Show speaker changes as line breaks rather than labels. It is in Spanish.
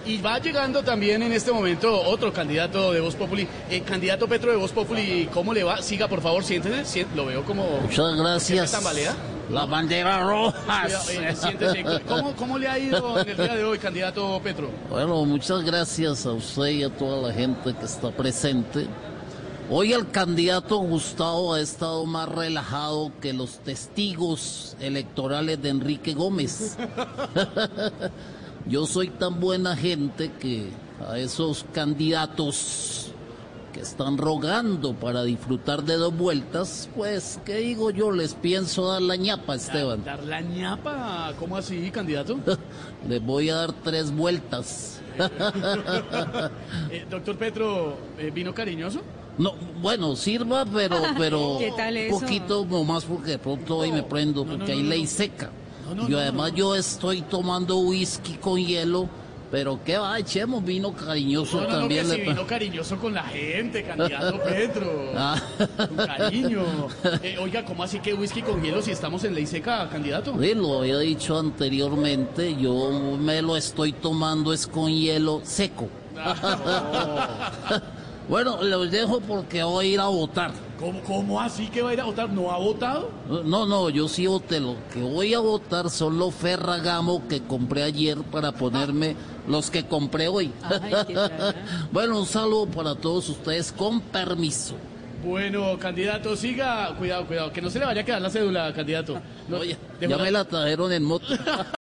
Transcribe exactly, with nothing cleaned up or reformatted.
Y va llegando también en este momento otro candidato de Voz Populi. Eh, candidato Petro de Voz Populi, ¿cómo le va? Siga, por favor, siéntese. Sient- lo veo como...
Muchas gracias.
¿Se tambalea?
La bandera roja.
Eh, siéntese. ¿Cómo, ¿Cómo le ha ido en el día de hoy, candidato Petro?
Bueno, muchas gracias a usted y a toda la gente que está presente. Hoy el candidato Gustavo ha estado más relajado que los testigos electorales de Enrique Gómez. Yo soy tan buena gente que a esos candidatos que están rogando para disfrutar de dos vueltas, pues, ¿qué digo yo? Les pienso dar la ñapa, Esteban.
¿Dar la ñapa? ¿Cómo así, candidato?
Les voy a dar tres vueltas.
Eh, doctor Petro, eh, ¿vino cariñoso?
No, bueno, sirva, pero, pero
¿Qué tal eso?
un poquito nomás porque de pronto hoy me prendo,
no, no,
porque
no,
hay
no,
ley
no.
seca.
No, no,
y
no,
además
no.
yo estoy tomando whisky con hielo, pero qué va, echemos vino cariñoso
No, no, no,
también.
que
le-
si vino cariñoso con la gente, candidato Petro.
Ah.
Con cariño. Eh, oiga, ¿cómo así que whisky con hielo si estamos en ley seca, candidato?
Sí, lo había dicho anteriormente, yo me lo estoy tomando es con hielo seco. Bueno, los dejo porque voy a ir a votar.
¿Cómo, ¿Cómo así que va a ir a votar? ¿No ha votado?
No, no, yo sí voté. Lo que voy a votar son los Ferragamo que compré ayer para ponerme los que compré hoy.
Ay, ¿qué tal?
Bueno, un saludo para todos ustedes, con permiso.
Bueno, candidato, siga. Cuidado, cuidado, que no se le vaya a quedar la cédula, candidato. No,
Oye,
dejó
ya
la-
me la trajeron en moto.